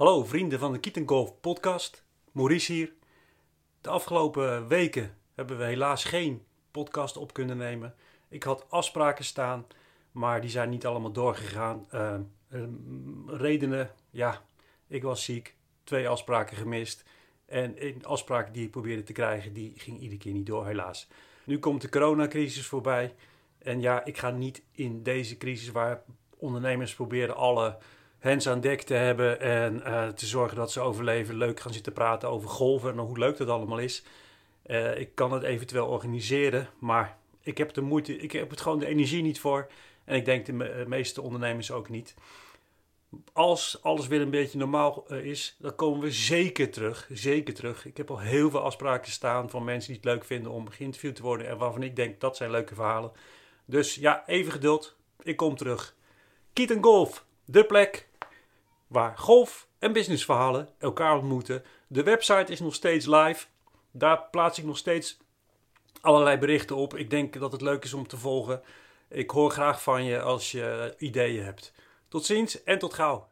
Hallo vrienden van de Kieten Golf podcast, Maurice hier. De afgelopen weken hebben we helaas geen podcast op kunnen nemen. Ik had afspraken staan, maar die zijn niet allemaal doorgegaan. Redenen, ik was ziek, 2 afspraken gemist. En 1 afspraak die ik probeerde te krijgen, die ging iedere keer niet door helaas. Nu komt de coronacrisis voorbij. En ja, ik ga niet in deze crisis waar ondernemers proberen alle hands aan dek te hebben en te zorgen dat ze overleven, leuk gaan zitten praten over golven en hoe leuk dat allemaal is. Ik kan het eventueel organiseren, maar ik heb het gewoon de energie niet voor. En ik denk de meeste ondernemers ook niet. Als alles weer een beetje normaal is, dan komen we zeker terug. Zeker terug. Ik heb al heel veel afspraken staan van mensen die het leuk vinden om geïnterviewd te worden en waarvan ik denk dat zijn leuke verhalen. Dus ja, even geduld. Ik kom terug. Kieten Golf, de plek waar golf en businessverhalen elkaar ontmoeten. De website is nog steeds live. Daar plaats ik nog steeds allerlei berichten op. Ik denk dat het leuk is om te volgen. Ik hoor graag van je als je ideeën hebt. Tot ziens en tot gauw.